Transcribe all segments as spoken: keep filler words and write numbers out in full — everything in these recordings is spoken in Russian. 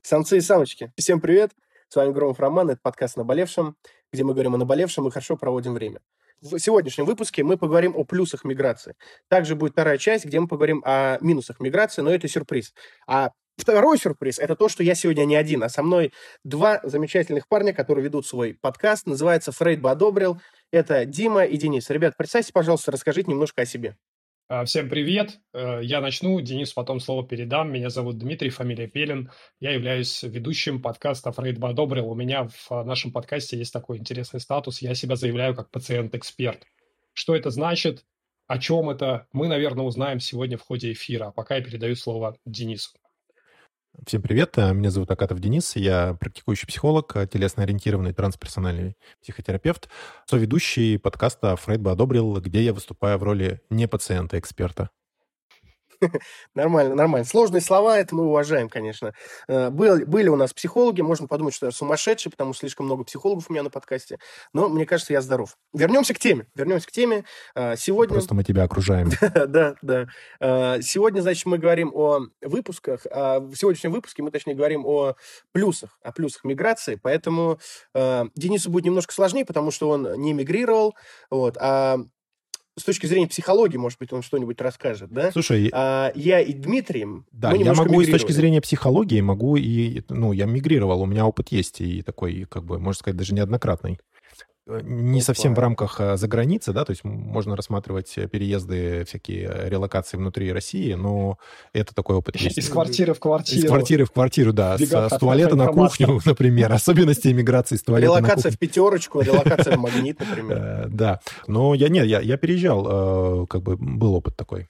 Самцы и самочки. Всем привет. С вами Громов Роман. Это подкаст «О наболевшем», где мы говорим о наболевшем и хорошо проводим время. В сегодняшнем выпуске мы поговорим о плюсах миграции. Также будет вторая часть, где мы поговорим о минусах миграции, но это сюрприз. А второй сюрприз – это то, что я сегодня не один, а со мной два замечательных парня, которые ведут свой подкаст. Называется «Фрейд бы одобрил». Это Дима и Денис. Ребят, представьте, пожалуйста, расскажите немножко о себе. Всем привет. Я начну, Денис потом слово передам. Меня зовут Дмитрий, фамилия Пелин. Я являюсь ведущим подкаста «Фрейд бы одобрил». У меня в нашем подкасте есть такой интересный статус. Я себя заявляю как пациент-эксперт. Что это значит? О чем это? Мы, наверное, узнаем сегодня в ходе эфира. А пока я передаю слово Денису. Всем привет, меня зовут Акатов Денис, я практикующий психолог, телесно-ориентированный трансперсональный психотерапевт, соведущий подкаста «Фрейд бы одобрил», где я выступаю в роли не пациента-эксперта. Нормально, нормально. Сложные слова, это мы уважаем, конечно. Были, были у нас психологи, можно подумать, что я сумасшедший, потому что слишком много психологов у меня на подкасте, но мне кажется, я здоров. Вернемся к теме, вернемся к теме. Сегодня... Просто мы тебя окружаем. Да, да. Сегодня, значит, мы говорим о выпусках. В сегодняшнем выпуске мы, точнее, говорим о плюсах, о плюсах миграции, поэтому Денису будет немножко сложнее, потому что он не мигрировал, вот, а с точки зрения психологии, может быть, он что-нибудь расскажет, да? Слушай, а, я и Дмитрий, да, я могу и с точки зрения психологии, могу и, ну, я мигрировал, у меня опыт есть и такой, как бы, можно сказать, даже неоднократный. Не Опа. совсем в рамках за границы, да, то есть можно рассматривать переезды, всякие релокации внутри России, но это такой опыт есть. Из квартиры в квартиру. Из квартиры в квартиру, да, с, с туалета на кухню, например, особенности иммиграции с туалета на кухню. Релокация в пятерочку, релокация в магнит, например. Да, но я, нет, я, я переезжал, как бы был опыт такой.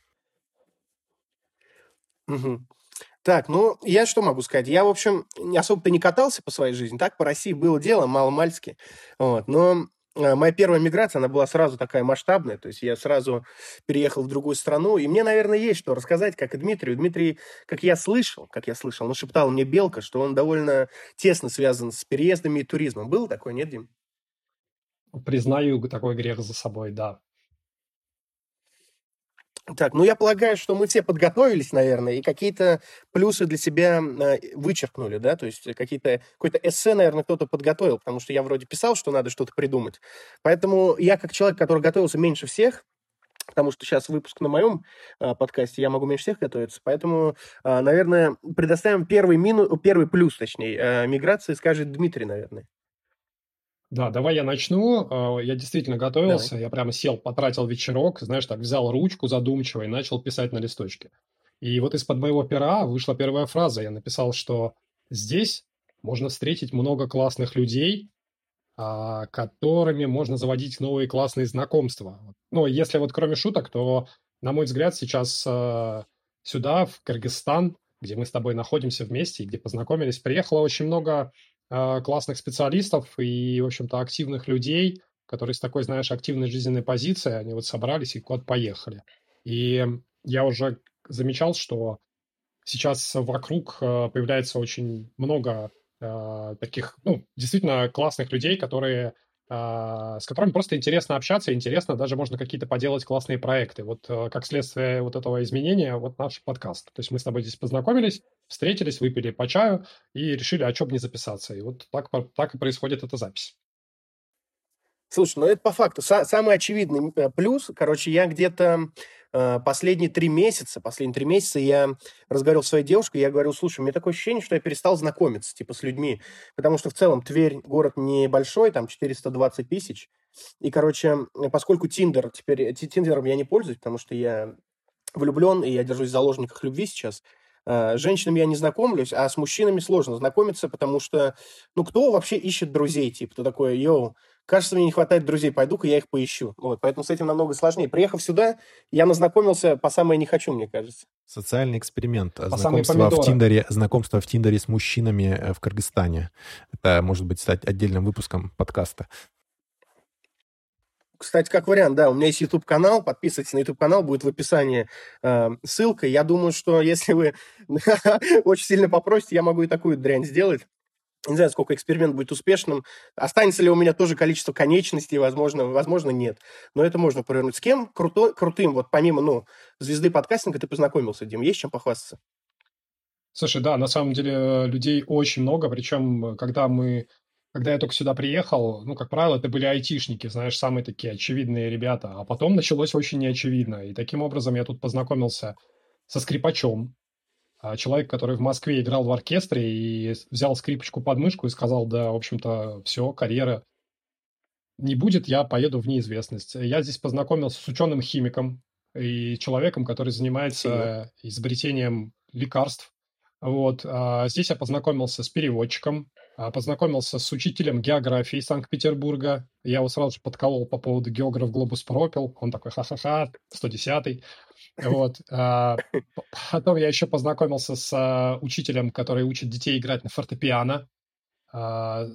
Угу. Так, ну, я что могу сказать? Я, в общем, особо-то не катался по своей жизни. Так, по России было дело, мало-мальски. Вот. Но э, моя первая миграция, она была сразу такая масштабная. То есть я сразу переехал в другую страну. И мне, наверное, есть что рассказать, как и Дмитрию. Дмитрий, как я слышал, как я слышал, ну, шептал мне Белка, что он довольно тесно связан с переездами и туризмом. Было такое, нет, Дим? Признаю такой грех за собой, да. Так, ну я полагаю, что мы все подготовились, наверное, и какие-то плюсы для себя э, вычеркнули, да, то есть какие-то, какое-то эссе, наверное, кто-то подготовил, потому что я вроде писал, что надо что-то придумать. Поэтому я, как человек, который готовился меньше всех, потому что сейчас выпуск на моем э, подкасте, я могу меньше всех готовиться, поэтому, э, наверное, предоставим первый, мину... первый плюс, точнее, э, миграции, скажет Дмитрий, наверное. Да, давай я начну. Я действительно готовился. Давай. Я прямо сел, потратил вечерок, знаешь, так взял ручку задумчиво и начал писать на листочке. И вот из-под моего пера вышла первая фраза. Я написал, что здесь можно встретить много классных людей, которыми можно заводить новые классные знакомства. Ну, если вот кроме шуток, то, на мой взгляд, сейчас сюда, в Кыргызстан, где мы с тобой находимся вместе и где познакомились, приехало очень много классных специалистов и, в общем-то, активных людей, которые с такой, знаешь, активной жизненной позицией, они вот собрались и куда-то поехали. И я уже замечал, что сейчас вокруг появляется очень много э, таких, ну, действительно классных людей, которые, э, с которыми просто интересно общаться, интересно даже можно какие-то поделать классные проекты. Вот э, как следствие вот этого изменения, вот наш подкаст. То есть мы с тобой здесь познакомились, встретились, выпили по чаю и решили, а что бы не записаться. И вот так, так и происходит эта запись. Слушай, ну это по факту. Са- самый очевидный плюс, короче, я где-то э, последние три месяца, последние три месяца я разговаривал с своей девушкой, я говорил, слушай, у меня такое ощущение, что я перестал знакомиться, типа, с людьми, потому что в целом Тверь город небольшой, там четыреста двадцать тысяч, и, короче, поскольку Тиндер, теперь Тиндером я не пользуюсь, потому что я влюблен, и я держусь в заложниках любви сейчас, с женщинами я не знакомлюсь, а с мужчинами сложно знакомиться, потому что, ну, кто вообще ищет друзей, типа, кто такой, йоу, кажется, мне не хватает друзей, пойду-ка я их поищу. Вот, поэтому с этим намного сложнее. Приехав сюда, я назнакомился по самое не хочу, мне кажется. Социальный эксперимент. Знакомство в Тиндере, знакомство в Тиндере с мужчинами в Кыргызстане. Это может быть стать отдельным выпуском подкаста. Кстати, как вариант, да, у меня есть YouTube-канал, подписывайтесь на YouTube-канал, будет в описании э, ссылка. Я думаю, что если вы очень сильно попросите, я могу и такую дрянь сделать. Не знаю, сколько эксперимент будет успешным. Останется ли у меня тоже количество конечностей, возможно, возможно, нет. Но это можно провернуть. С кем круто, крутым, вот помимо, ну, звезды подкастинга ты познакомился, Дим? Есть чем похвастаться? Слушай, да, на самом деле людей очень много, причем когда мы, когда я только сюда приехал, ну, как правило, это были айтишники, знаешь, самые такие очевидные ребята, а потом началось очень неочевидно, и таким образом я тут познакомился со скрипачом, а, человек, который в Москве играл в оркестре и с- взял скрипочку под мышку и сказал, да, в общем-то, все, карьера не будет, я поеду в неизвестность. Я здесь познакомился с ученым-химиком и человеком, который Спасибо. занимается изобретением лекарств. Вот. А здесь я познакомился с переводчиком, а, познакомился с учителем географии Санкт-Петербурга. Я его сразу же подколол по поводу географ Глобус пропил. Он такой, ха-ха-ха, сто десятый. Вот. А, п- Потом я еще познакомился с а, учителем, который учит детей играть на фортепиано, а,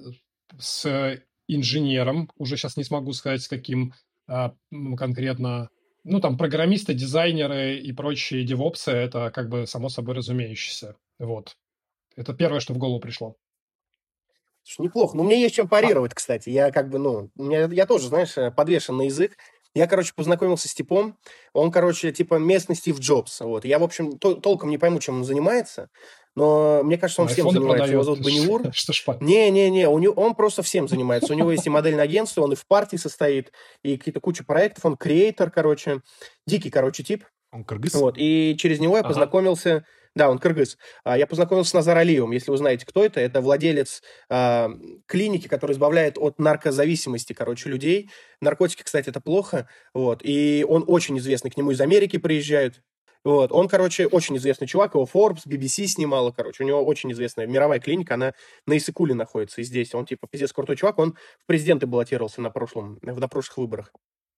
с инженером, уже сейчас не смогу сказать, с каким а, м, конкретно, ну, там, программисты, дизайнеры и прочие девопсы, это как бы само собой разумеющееся. Вот. Это первое, что в голову пришло. Слушай, неплохо. Ну, мне есть чем А, парировать, кстати. Я как бы, ну, у меня, я тоже, знаешь, э, подвешен на язык. Я, короче, познакомился с типом. Он, короче, типа местный Стив Джобс. Вот. Я, в общем, то- толком не пойму, чем он занимается. Но мне кажется, он всем айфоны занимается. Его продает. зовут Баниур. Что ж, по- Не-не-не, у него, он просто всем занимается. У него есть и модельное агентство, он и в партии состоит, и какие-то куча проектов. Он креатор, короче. Дикий, короче, тип. Он кыргыз? Вот, и через него я Ага. познакомился, да, он кыргыз. А, Я познакомился с Назар Алиевым, если вы знаете, кто это. Это владелец а, клиники, который избавляет от наркозависимости, короче, людей. Наркотики, кстати, это плохо. Вот, и он очень известный, к нему из Америки приезжают. Вот, он, короче, очень известный чувак, его Forbes, би би си снимала, короче, у него очень известная мировая клиника, она на Иссыкуле находится, и здесь он, типа, пиздец крутой чувак, он в президенты баллотировался на прошлом, на прошлых выборах.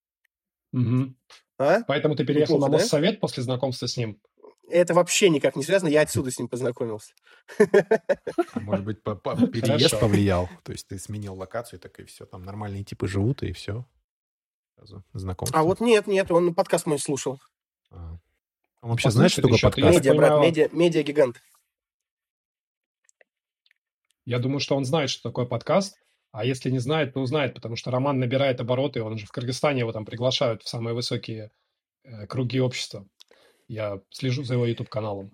Мгм. А? Поэтому ты переехал Неплохо, на да? Моссовет после знакомства с ним? Это вообще никак не связано, я отсюда с ним познакомился. А может быть, по- по- переезд Хорошо. повлиял? То есть ты сменил локацию, так и все, там нормальные типы живут, и все. Сразу знакомство. А вот нет, нет, он подкаст мой слушал. А. Он вообще знает, что Послушай, ты такое еще, ты, я так подкаст? Медиа, брат, понимаю, медиа, медиа-гигант. я думаю, что он знает, что такое подкаст, а если не знает, то узнает, потому что роман набирает обороты, он же в Кыргызстане его там приглашают в самые высокие э, круги общества. Я слежу за его YouTube-каналом.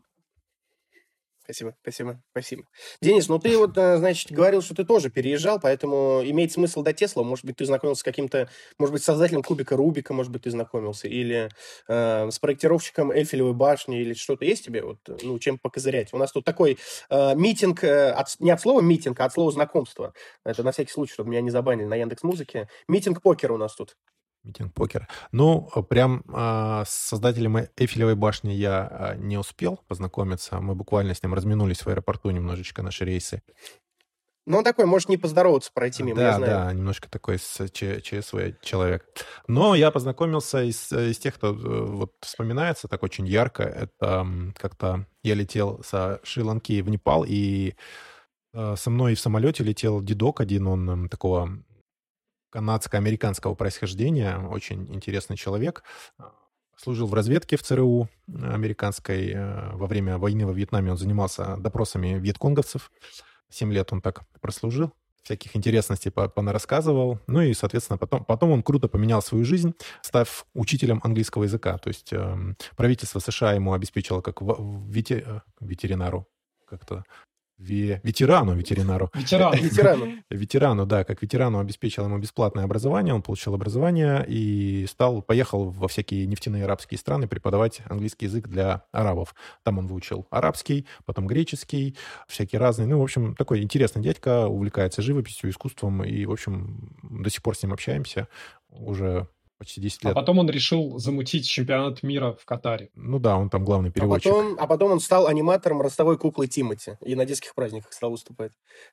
Спасибо, спасибо, спасибо. Денис, ну ты вот, э, значит, говорил, что ты тоже переезжал, поэтому имеет смысл до Тесла. Может быть, ты знакомился с каким-то, может быть, создателем кубика Рубика, может быть, ты знакомился, или э, с проектировщиком Эйфелевой башни, или что-то есть тебе, вот, ну, чем покозырять? У нас тут такой э, митинг, э, от, не от слова митинг, а от слова знакомство. Это на всякий случай, чтобы меня не забанили на Яндекс.Музыке. Митинг покера у нас тут. Митинг покер. Ну, прям а, с создателем Эйфелевой башни я а, не успел познакомиться. Мы буквально с ним разминулись в аэропорту немножечко, наши рейсы. Ну, он такой, может не поздороваться, пройти мимо, я Да, знаю. да, немножко такой с Ч- ЧСВ человек. Но я познакомился из, из тех, кто э, вот вспоминается так очень ярко. Это м, как-то я летел со Шри-Ланки в Непал, и э, со мной в самолете летел дедок один, он м, такого канадско-американского происхождения, очень интересный человек. А, Служил в разведке в ЦРУ американской. э, Во время войны во Вьетнаме он занимался допросами вьетконговцев. Семь лет он так прослужил. Всяких интересностей по- понарассказывал. Ну и, соответственно, потом, потом он круто поменял свою жизнь, став учителем английского языка. То есть эм, правительство США ему обеспечило как в- в- вете- э, ветеринару, как-то ве- ветерану, ветеринару. Ветеран. Ветерану. Ветерану, да, как ветерану обеспечил ему бесплатное образование, он получил образование и стал, поехал во всякие нефтяные арабские страны преподавать английский язык для арабов. Там он выучил арабский, потом греческий, всякие разные. Ну, в общем, такой интересный дядька, увлекается живописью, искусством, и, в общем, до сих пор с ним общаемся уже почти десять А лет. потом он решил замутить чемпионат мира в Катаре. Ну да, он там главный А переводчик. потом, а потом он стал аниматором ростовой куклы Тимати и на детских праздниках стал выступать.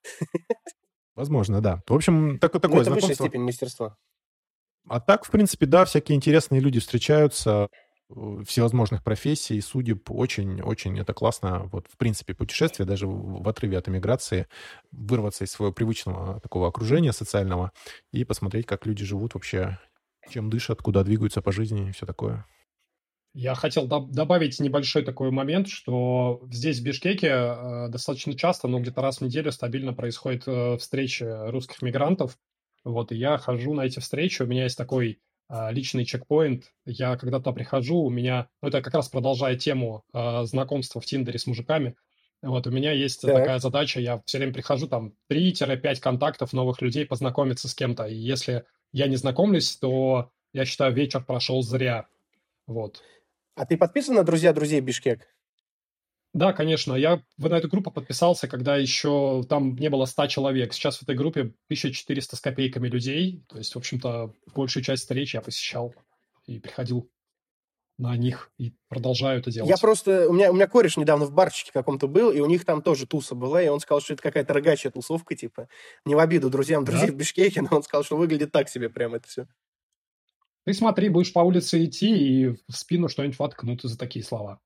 Возможно, да. В общем, так, Ну, такое это высшая знакомство. степень мастерства. А так, в принципе, да, всякие интересные люди встречаются, э, всевозможных профессий, судеб. Очень-очень это классно. Вот, в принципе, путешествие, даже в в отрыве от эмиграции, вырваться из своего привычного такого окружения социального и посмотреть, как люди живут вообще, чем дышат, куда двигаются по жизни и все такое. Я хотел доб- добавить небольшой такой момент, что здесь, в Бишкеке, э, достаточно часто, ну, где-то раз в неделю стабильно происходят э, встречи русских мигрантов. Вот, и я хожу на эти встречи, у меня есть такой э, личный чекпоинт. Я когда-то прихожу, у меня, ну, это как раз продолжая тему э, знакомства в Тиндере с мужиками, Вот у меня есть Так. такая задача, я все время прихожу, там, три-пять контактов новых людей, познакомиться с кем-то. И если я не знакомлюсь, то, я считаю, вечер прошел зря. Вот. А ты подписан на «Друзья друзей Бишкек»? Да, конечно. Я в- на эту группу подписался, когда еще там не было ста человек. Сейчас в этой группе тысяча четыреста с копейками людей. То есть, в общем-то, большую часть встреч я посещал и приходил на них и продолжаю это Я делать. просто... У меня, у меня кореш недавно в барчике каком-то был, и у них там тоже туса была, и он сказал, что это какая-то рогачая тусовка, типа. Не в обиду друзьям друзей Да? в Бишкеке, но он сказал, что выглядит так себе прям это все. Ты смотри, будешь по улице идти и в спину что-нибудь воткнут за такие слова.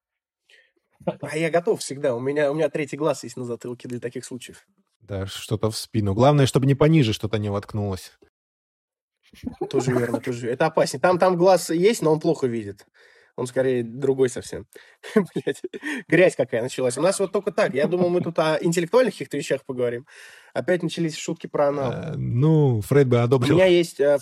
А я готов всегда. У меня, у меня третий глаз есть на затылке для таких случаев. Да, что-то в спину. Главное, чтобы не пониже что-то не воткнулось. Тоже верно, тоже верно. Это опаснее. Там, там глаз есть, но он плохо видит. Он скорее другой совсем. Блядь, грязь какая началась. У нас вот только так. Я думал, мы тут о интеллектуальных каких-то вещах поговорим. Опять начались шутки про анал. Э, Ну, Фрейд бы У одобрил. меня есть... э,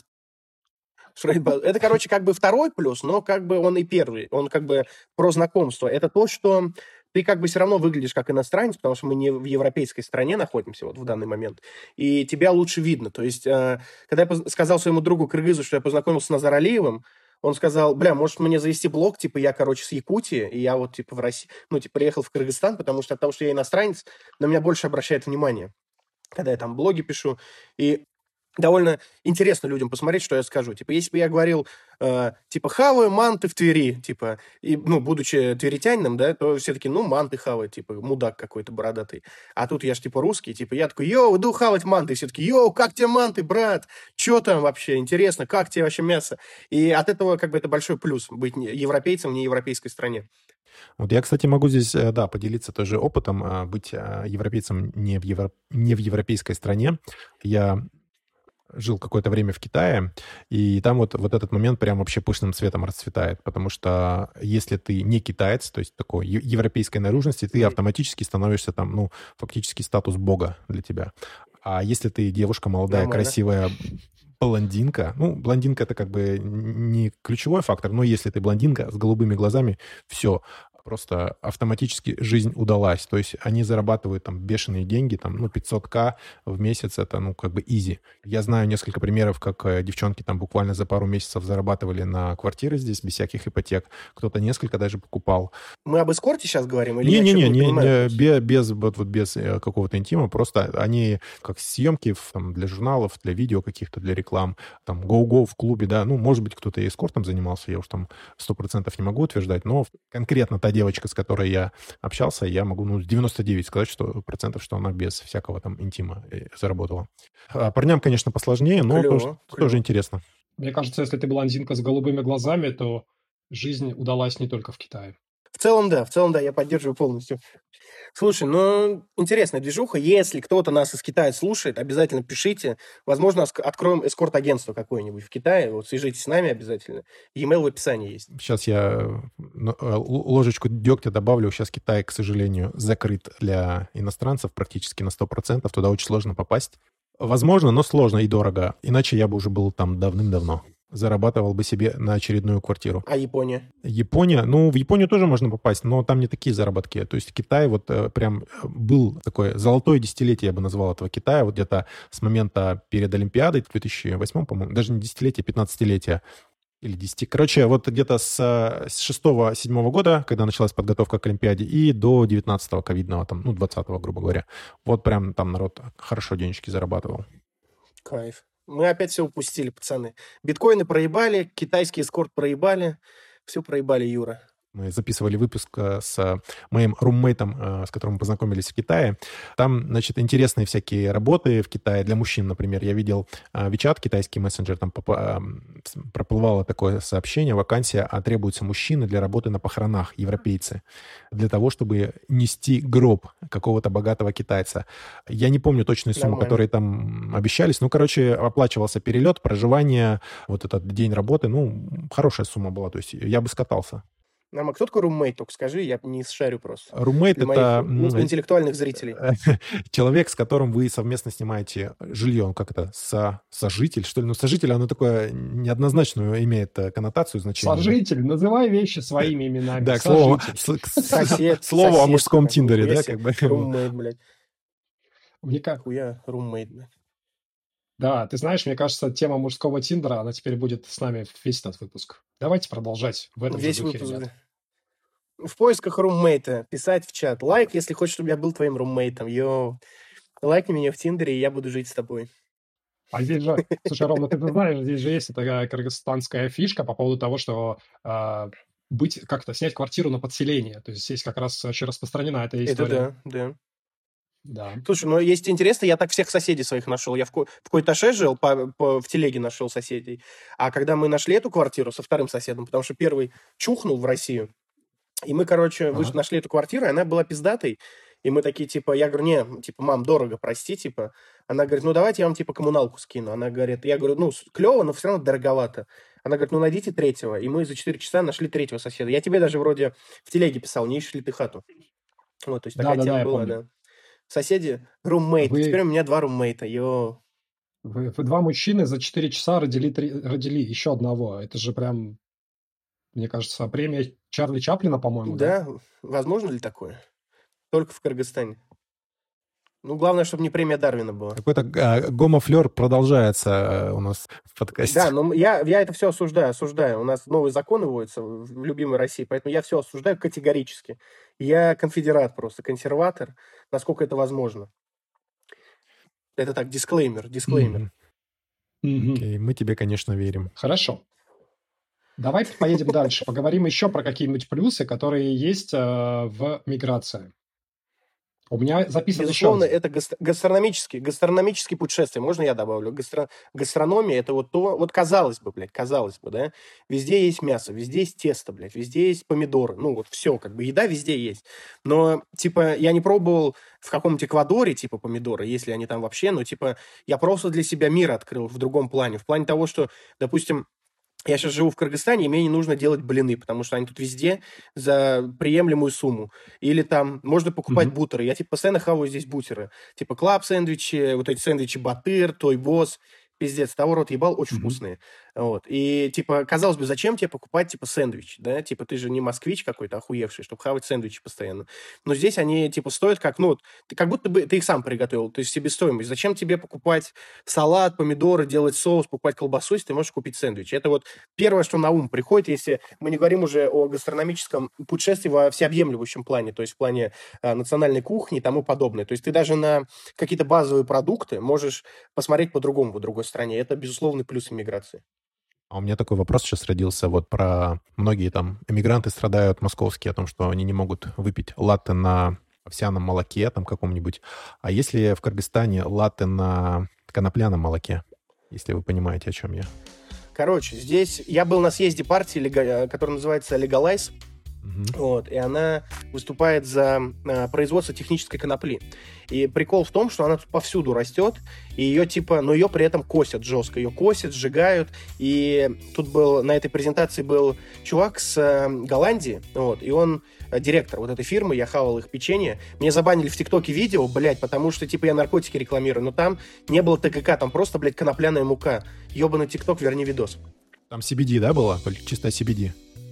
Фрейд Ба- Это, короче, как бы второй плюс, но как бы он и первый. Он как бы про знакомство. Это то, что ты как бы все равно выглядишь как иностранец, потому что мы не в европейской стране находимся вот в данный момент, и тебя лучше видно. То есть, э, когда я поз- сказал своему другу кыргызу, что я познакомился с Назар Алиевым, он сказал, бля, может мне завести блог, типа, я, короче, с Якутии, и я вот, типа, в России, ну, типа, приехал в Кыргызстан, потому что от того, что я иностранец, на меня больше обращает внимание, когда я там блоги пишу. И довольно интересно людям посмотреть, что я скажу. Типа, если бы я говорил, э, типа, хаваю манты в Твери, типа, и, ну, будучи тверитянином, да, то все таки ну, манты хавают, типа, мудак какой-то бородатый. А тут я ж, типа, русский, типа, я такой, йоу, иду хавать манты. И все таки йоу, как тебе манты, брат? Че там вообще? Интересно, как тебе вообще мясо? И от этого, как бы, это большой плюс, быть не- европейцем в неевропейской стране. Вот я, кстати, могу здесь, э, да, поделиться тоже опытом, а, быть а, европейцем не в, евро- не в европейской стране. Я жил какое-то время в Китае, и там вот, вот этот момент прям вообще пышным цветом расцветает, потому что если ты не китаец, то есть такой е- европейской наружности, ты Мгм. автоматически становишься там, ну, фактически статус бога для тебя. А если ты девушка молодая, Нормально. красивая, блондинка, ну, блондинка это как бы не ключевой фактор, но если ты блондинка с голубыми глазами, все, просто автоматически жизнь удалась. То есть они зарабатывают там бешеные деньги, там, ну, пятьсот тысяч в месяц, это, ну, как бы изи. Я знаю несколько примеров, как э, девчонки там буквально за пару месяцев зарабатывали на квартиры здесь без всяких ипотек. Кто-то несколько даже покупал. Мы об эскорте сейчас говорим? Или я Не-не-не, чё-то не не, понимаю не, просто? бе- без, вот, вот без э, какого-то интима, просто они как съемки в, там, для журналов, для видео каких-то, для реклам, там, go-go в клубе, да, ну, может быть, кто-то и эскортом занимался, я уж там сто процентов не могу утверждать, но конкретно та девочка, с которой я общался, я могу, ну, девяносто девять сказать, что процентов, что она без всякого там интима э, заработала. А парням, конечно, посложнее, но тоже, Клево, тоже клево. интересно. Мне кажется, если ты блондинка с голубыми глазами, то жизнь удалась не только в Китае. В целом, да, в целом, да, я поддерживаю полностью. Слушай, ну, интересная движуха. Если кто-то нас из Китая слушает, обязательно пишите. Возможно, оск- откроем эскорт-агентство какое-нибудь в Китае. Вот свяжитесь с нами обязательно. E-mail в описании есть. Сейчас я э, ну, э, л- ложечку дегтя добавлю. Сейчас Китай, к сожалению, закрыт для иностранцев практически на сто процентов. Туда очень сложно попасть. Возможно, но сложно и дорого. Иначе я бы уже был там давным-давно. Зарабатывал бы себе на очередную квартиру. А Япония? Япония, ну, в Японию тоже можно попасть, но там не такие заработки. То есть Китай вот э, прям э, был такое золотое десятилетие, я бы назвал этого Китая, вот где-то с момента перед Олимпиадой в две тысячи восьмом, по-моему, даже не десятилетие, пятнадцатилетие или десять. Короче, вот где-то с, э, с шестого-седьмого года, когда началась подготовка к Олимпиаде, и до девятнадцатого ковидного, там, ну, двадцатого, грубо говоря. Вот прям там народ хорошо денежки зарабатывал. Кайф. Мы опять все упустили, пацаны. Биткоины проебали, китайский эскорт проебали. Все проебали, Юра. Мы записывали выпуск э, с э, моим руммейтом, э, с которым мы познакомились в Китае. Там, значит, интересные всякие работы в Китае для мужчин, например. Я видел э, WeChat, китайский мессенджер, там попа- э, с- проплывало такое сообщение, вакансия, а требуются мужчины для работы на похоронах, европейцы, для того, чтобы нести гроб какого-то богатого китайца. Я не помню точную сумму, Нормально. которые там обещались. Ну, короче, оплачивался перелет, проживание, вот этот день работы. Ну, хорошая сумма была, то есть я бы скатался. Нам, а кто такой руммейт, только скажи, я не шарю просто. Руммейт — это моих интеллектуальных зрителей. человек, с которым вы совместно снимаете жилье. Как это? Со... Сожитель, что ли? Ну, сожитель, оно такое неоднозначную имеет коннотацию, значение. Сожитель, называй вещи своими именами. Да, к слову, Сосед, слово о мужском тиндере, да, как бы. Руммейт, блядь. Мне как... Хуя, руммейт, блядь. Да, ты знаешь, мне кажется, тема мужского тиндера, она теперь будет с нами весь этот выпуск. Давайте продолжать в этом Весь же духе, выпуск, ребят. В поисках руммейта писать в чат. Лайк, если хочешь, чтобы я был твоим руммейтом. Йоу. Лайкни меня в Тиндере, и я буду жить с тобой. А здесь же, слушай, Ровно, ты знаешь, здесь же есть такая кыргызстанская фишка по поводу того, что э, быть как-то, снять квартиру на подселение. То есть здесь как раз очень распространена эта история. Это да, да. Да. Слушай, ну, если интересно, я так всех соседей своих нашел. Я в, ко- в Койташе жил, по, по- в телеге нашел соседей. А когда мы нашли эту квартиру со вторым соседом, потому что первый чухнул в Россию, и мы, короче, Ага. вышли, нашли эту квартиру, и она была пиздатой. И мы такие, типа, я говорю, не, типа, мам, дорого, прости, типа. Она говорит, ну, давайте я вам, типа, коммуналку скину. Она говорит, я говорю, ну, клево, но все равно дороговато. Она говорит, ну, найдите третьего. И мы за четыре часа нашли третьего соседа. Я тебе даже вроде в телеге писал, не ищешь ли ты хату. Вот, то есть такая Да-да-да, тема я была, помню. да. Соседи, руммейт. Вы- Теперь у меня два руммейта, йо. Вы, вы два мужчины за четыре часа родили, три- родили еще одного. Это же прям, мне кажется, премия Чарли Чаплина, по-моему, да? Да, возможно ли такое? Только в Кыргызстане. Ну, главное, чтобы не премия Дарвина была. Какой-то а, гомофлер продолжается а, у нас в подкасте. Да, но я, я это все осуждаю, осуждаю. У нас новые законы вводятся в в любимой России, поэтому я все осуждаю категорически. Я конфедерат просто, консерватор, насколько это возможно. Это так, дисклеймер, дисклеймер. Мгм. Мгм. Окей, мы тебе, конечно, верим. Хорошо. Давай поедем дальше. Поговорим еще про какие-нибудь плюсы, которые есть э, в миграции. У меня записан еще Безусловно, один. это гастро- гастрономические, гастрономические путешествия. Можно я добавлю? Гастро- гастрономия – это вот то, вот казалось бы, блядь, казалось бы, да, везде есть мясо, везде есть тесто, блядь, везде есть помидоры, ну вот все, как бы еда везде есть. Но, типа, я не пробовал в каком-нибудь Эквадоре, типа, помидоры, если они там вообще, но, типа, я просто для себя мир открыл в другом плане. В плане того, что, допустим, я сейчас живу в Кыргызстане, и мне не нужно делать блины, потому что они тут везде за приемлемую сумму. Или там можно покупать Мгм. бутеры. Я типа постоянно хаваю здесь бутеры. Типа клаб-сэндвичи, вот эти сэндвичи Батыр, Той Босс. Пиздец, того рот ебал, очень Мгм. вкусные. Вот. И, типа, казалось бы, зачем тебе покупать, типа, сэндвич, да? Типа, ты же не москвич какой-то охуевший, чтобы хавать сэндвичи постоянно. Но здесь они, типа, стоят как, ну, вот, ты- как будто бы ты их сам приготовил, то есть себестоимость. Зачем тебе покупать салат, помидоры, делать соус, покупать колбасу, если ты можешь купить сэндвич? Это вот первое, что на ум приходит, если мы не говорим уже о гастрономическом путешествии во всеобъемлющем плане, то есть в плане а, национальной кухни и тому подобное. То есть ты даже на какие-то базовые продукты можешь посмотреть по-другому в другой стране. Это, безусловный плюс иммиграции. А у меня такой вопрос сейчас родился. Вот про многие там эмигранты страдают московские о том, что они не могут выпить латте на овсяном молоке там каком-нибудь. А если в Кыргызстане латте на конопляном молоке? Если вы понимаете, о чем я. Короче, здесь я был на съезде партии, лега- который называется Legalize. Мгм. Вот, и она выступает за а, производство технической конопли. И прикол в том, что она тут повсюду растет, и ее типа, но ее при этом косят жестко. Ее косят, сжигают. И тут был, на этой презентации был чувак с э, Голландии, вот, и он э, директор вот этой фирмы, я хавал их печенье. Мне забанили в ТикТоке видео, блядь, потому что, типа, я наркотики рекламирую, но там не было ТГК, там просто, блядь, конопляная мука. Ёбаный ТикТок, верни видос. Там си би ди, да, было? Только чисто си би ди.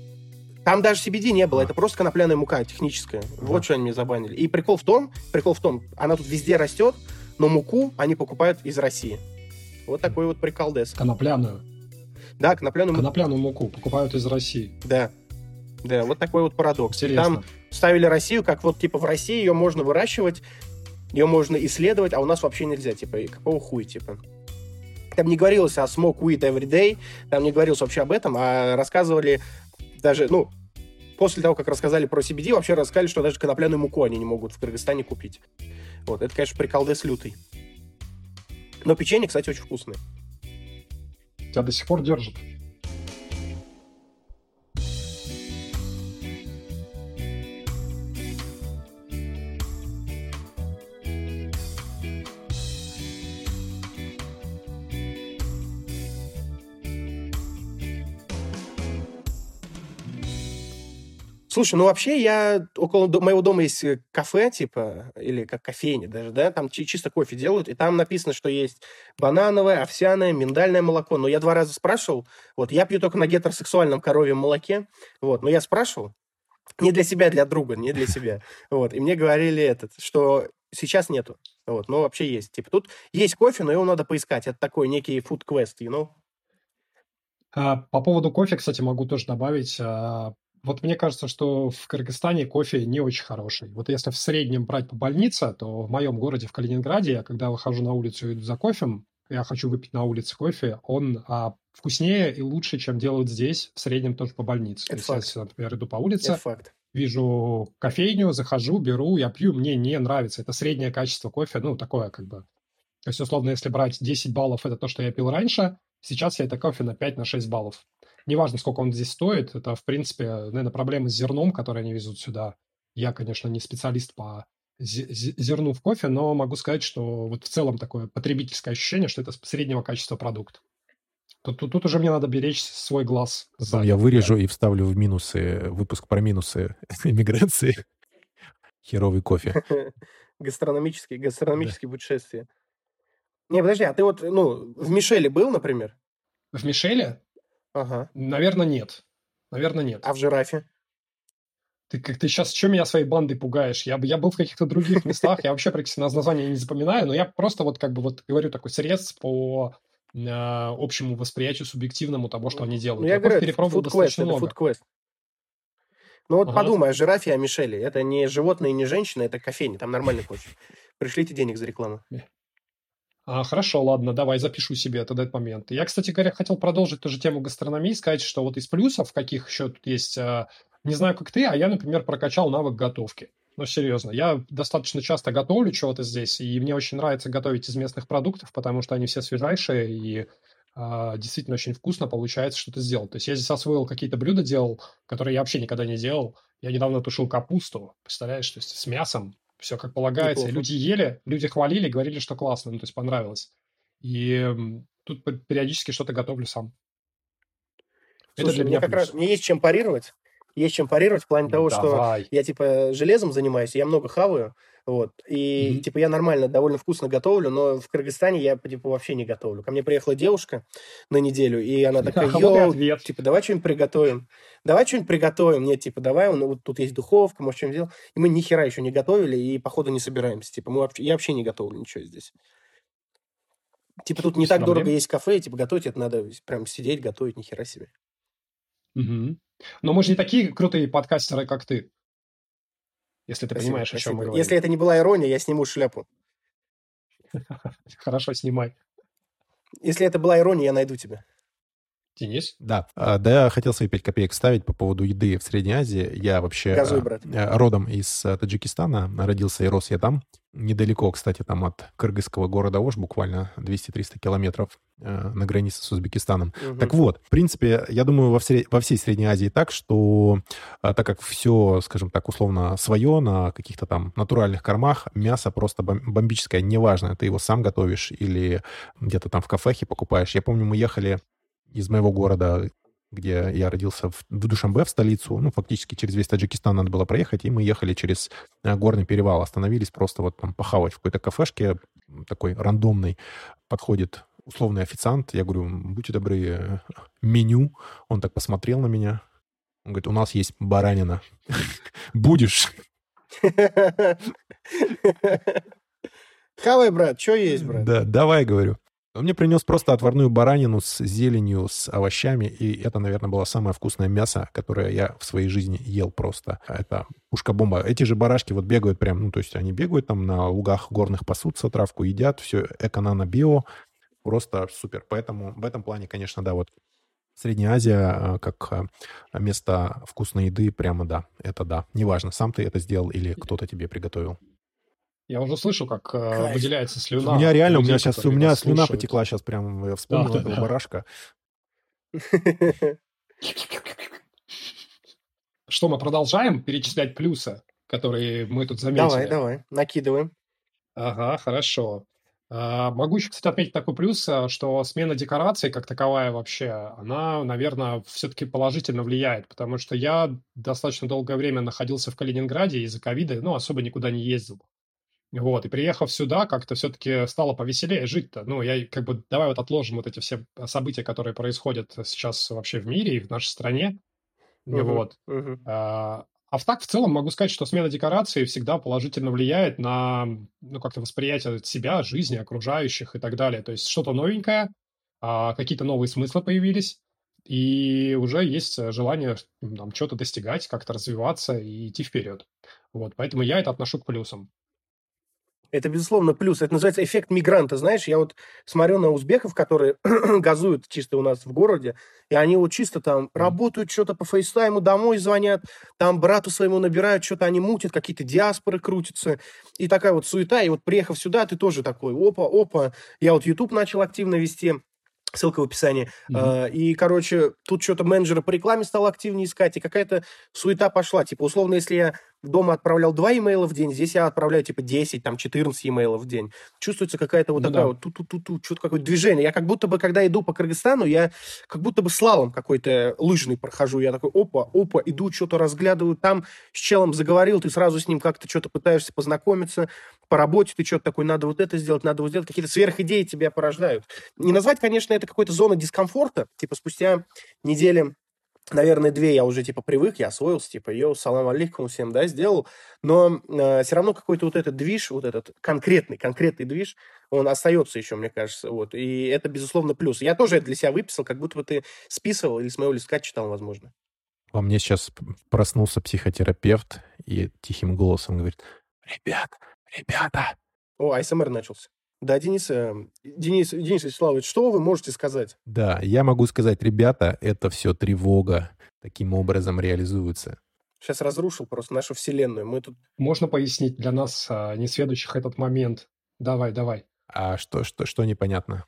Там даже си би ди не было, А. это просто конопляная мука техническая. Ага. Вот что они мне забанили. И прикол в том, прикол в том, она тут везде растет, но муку они покупают из России. Вот такой вот приколдес. Конопляную. Да, конопляную муку. Конопляную муку покупают из России. Да. Да, вот такой вот парадокс. И Интересно. там ставили Россию, как вот, типа, в России ее можно выращивать, ее можно исследовать, а у нас вообще нельзя, типа, и какого хуя, типа. Там не говорилось о smoke weed every day, там не говорилось вообще об этом, а рассказывали даже, ну, после того, как рассказали про си би ди, вообще рассказали, что даже конопляную муку они не могут в Кыргызстане купить. Вот, это, конечно, приколдес лютый. Но печенье, кстати, очень вкусное. Тебя до сих пор держит. Слушай, ну вообще я... Около до- моего дома есть э, кафе, типа, или как кофейня даже, да, там чи- чисто кофе делают, и там написано, что есть банановое, овсяное, миндальное молоко. Но я два раза спрашивал, вот, я пью только на гетеросексуальном коровьем молоке, вот, но я спрашивал, не для себя, для друга, не для себя, вот, и мне говорили этот, что сейчас нету, вот, но вообще есть. Типа, тут есть кофе, но его надо поискать, это такой некий food quest, you know? А, по поводу кофе, кстати, могу тоже добавить. а, Вот мне кажется, что в Кыргызстане кофе не очень хороший. Вот если в среднем брать по больнице, то в моем городе, в Калининграде, я когда выхожу на улицу и иду за кофе, я хочу выпить на улице кофе, он а, вкуснее и лучше, чем делают здесь, в среднем тоже по больнице. То Это есть я, факт, если, например, иду по это улице, факт. вижу кофейню, захожу, беру, я пью, мне не нравится. Это среднее качество кофе, ну, такое как бы. То есть, условно, если брать десять баллов, это то, что я пил раньше, сейчас я это кофе на пять, на шесть баллов. Неважно, сколько он здесь стоит, это, в принципе, наверное, проблемы с зерном, которые они везут сюда. Я, конечно, не специалист по зе- зе- зерну в кофе, но могу сказать, что вот в целом такое потребительское ощущение, что это среднего качества продукт. Тут, тут, тут уже мне надо беречь свой глаз Потом я сзади, да. вырежу и вставлю в минусы, выпуск про минусы иммиграции. Херовый кофе. Гастрономические, Да. гастрономические путешествия. Не, подожди, а ты вот, ну, в Мишеле был, например? В Мишеле? Ага. Наверное, нет. Наверное, нет. А в жирафе? Ты как ты сейчас что меня своей бандой пугаешь? Я, бы- я был в каких-то других местах, я вообще практически наз- названия не запоминаю, но я просто вот как бы вот говорю такой срез по э, общему восприятию субъективному того, что они Ну, делают. я Я говорю, кофе это перепробовал фуд-квест, достаточно это много. фуд-квест. Ну вот Ага. подумай о жирафе и о Мишеле. Это не животное и не женщина, это кофейня, там нормальный кофе. Пришлите денег за рекламу. А, хорошо, ладно, давай запишу себе тогда этот момент. Я, кстати говоря, хотел продолжить тоже тему гастрономии, сказать, что вот из плюсов, каких еще тут есть, а, не знаю, как ты, а я, например, прокачал навык готовки. Ну, серьезно, я достаточно часто готовлю чего-то здесь, и мне очень нравится готовить из местных продуктов, потому что они все свежайшие, и а, действительно очень вкусно получается что-то сделать. То есть я здесь освоил какие-то блюда, делал, которые я вообще никогда не делал. Я недавно тушил капусту, представляешь, то есть с мясом, все как полагается. И Неплохо. люди ели, люди хвалили, говорили, что классно, ну, то есть понравилось. И м, тут пе- периодически что-то готовлю сам. Это Слушай, для мне меня как раз, плюс. мне есть чем парировать. Есть чем парировать в плане того, что Давай. я, типа, железом занимаюсь, я много хаваю, вот, и, Мгм. типа, я нормально, довольно вкусно готовлю, но в Кыргызстане я, типа, вообще не готовлю. Ко мне приехала девушка на неделю, и она такая, А вот и йоу, ответ. типа, давай что-нибудь приготовим. Давай что-нибудь приготовим. Нет, типа, давай, ну, вот тут есть духовка, может, что-нибудь сделать. И мы ни хера еще не готовили, и, походу, не собираемся. Типа, мы вообще, я вообще не готовлю ничего здесь. Типа, тут не Без так дорого проблем. есть кафе, и, типа, готовить это надо прям сидеть, готовить, ни хера себе. Мгм. Но мы же не такие крутые подкастеры, как ты, если ты Спасибо, понимаешь, о чем мы спасибо. говорим. Если это не была ирония, я сниму шляпу. Хорошо, снимай. Если это была ирония, я найду тебя. Денис? Да, А, да, я хотел свои пять копеек вставить по поводу еды в Средней Азии. Я вообще Газуй, а, брат. а, родом из а, Таджикистана, родился и рос я там. Недалеко, кстати, там от кыргызского города Ош, буквально двести-триста километров а, на границе с Узбекистаном. Мгм. Так вот, в принципе, я думаю, во, всре- во всей Средней Азии так, что а, так как все, скажем так, условно свое на каких-то там натуральных кормах, мясо просто бом- бомбическое, неважно, ты его сам готовишь или где-то там в кафехе покупаешь. Я помню, мы ехали из моего города, где я родился, в, в Душанбе, в столицу. Ну, фактически через весь Таджикистан надо было проехать, и мы ехали через э, горный перевал. Остановились просто вот там похавать в какой-то кафешке, м, такой рандомный. Подходит условный официант. Я говорю, будьте добры, э, меню. Он так посмотрел на меня. Он говорит, у нас есть баранина. Будешь? Хавай, брат, что есть, брат? Да, давай, говорю. Он мне принес просто отварную баранину с зеленью, с овощами, и это, наверное, было самое вкусное мясо, которое я в своей жизни ел просто. Это пушка-бомба. Эти же барашки вот бегают прям, ну, то есть они бегают там на лугах горных, пасутся, травку едят, все эко-нано-био, просто супер. Поэтому в этом плане, конечно, да, вот Средняя Азия, э, как э, место вкусной еды, прямо да, это да. Неважно, сам ты это сделал или кто-то тебе приготовил. Я уже слышу, как э, Кайф. выделяется У слюна меня у реально, у меня людей, сейчас, у которые меня нас слюна слушают. потекла сейчас прям, я Да, вспомнил да, этого да. барашка. Что, мы продолжаем перечислять плюсы, которые мы тут Давай, заметили? давай, накидываем. Ага, хорошо. А, Могу еще, кстати, отметить такой плюс, а, что смена декораций как таковая вообще, она, наверное, все-таки положительно влияет, потому что я достаточно долгое время находился в Калининграде из-за ковида, ну, особо никуда не ездил. Вот, и приехав сюда, как-то все-таки стало повеселее жить-то. Ну, я как бы, давай вот отложим вот эти все события, которые происходят сейчас вообще в мире и в нашей стране. Угу, Вот. угу. А а в так, в целом, могу сказать, что смена декорации всегда положительно влияет на, ну, как-то восприятие себя, жизни, окружающих и так далее. То есть что-то новенькое, а, какие-то новые смыслы появились, и уже есть э, желание м, там что-то достигать, как-то развиваться и идти вперед. Вот, поэтому я это отношу к плюсам. Это, безусловно, плюс. Это называется эффект мигранта. Знаешь, я вот смотрю на узбеков, которые газуют чисто у нас в городе, и они вот чисто там Мгм. работают, что-то по фейстайму, домой звонят, там брату своему набирают, что-то они мутят, какие-то диаспоры крутятся, и такая вот суета. И вот приехав сюда, ты тоже такой, опа, опа. Я вот YouTube начал активно вести, ссылка в описании. Мгм. А, И, короче, тут что-то менеджера по рекламе стал активнее искать, и какая-то суета пошла. Типа, условно, если я дома отправлял два имейла в день, здесь я отправляю, типа, десять, там, четырнадцать имейлов в день. Чувствуется какая-то вот Ну такая да. вот ту-ту-ту-ту, что-то какое-то движение. Я как будто бы, когда иду по Кыргызстану, я как будто бы слалом какой-то лыжный прохожу. Я такой, опа, опа, иду, что-то разглядываю. Там с челом заговорил, ты сразу с ним как-то что-то пытаешься познакомиться. По работе ты что-то такой, надо вот это сделать, надо вот сделать. Какие-то сверхидеи тебя порождают. Не назвать, конечно, это какой-то зоной дискомфорта. Типа спустя недели, наверное, две я уже, типа, привык, я освоился, типа, йоу, салам алейкум всем, да, сделал. Но э, все равно какой-то вот этот движ, вот этот конкретный, конкретный движ, он остается еще, мне кажется, вот. И это, безусловно, плюс. Я тоже это для себя выписал, как будто бы ты списывал или с моего листка читал, возможно. Во мне сейчас проснулся психотерапевт и тихим голосом говорит: «Ребят, ребята!» О, а эс эм эр начался. Да, Денис, э, Денис, Денис Вячеславович, что вы можете сказать? Да, я могу сказать, ребята, это все тревога таким образом реализуется. Сейчас разрушил просто нашу вселенную. Мы тут... Можно пояснить для нас, а, несведущих, этот момент? Давай, давай. А что, что, что непонятно?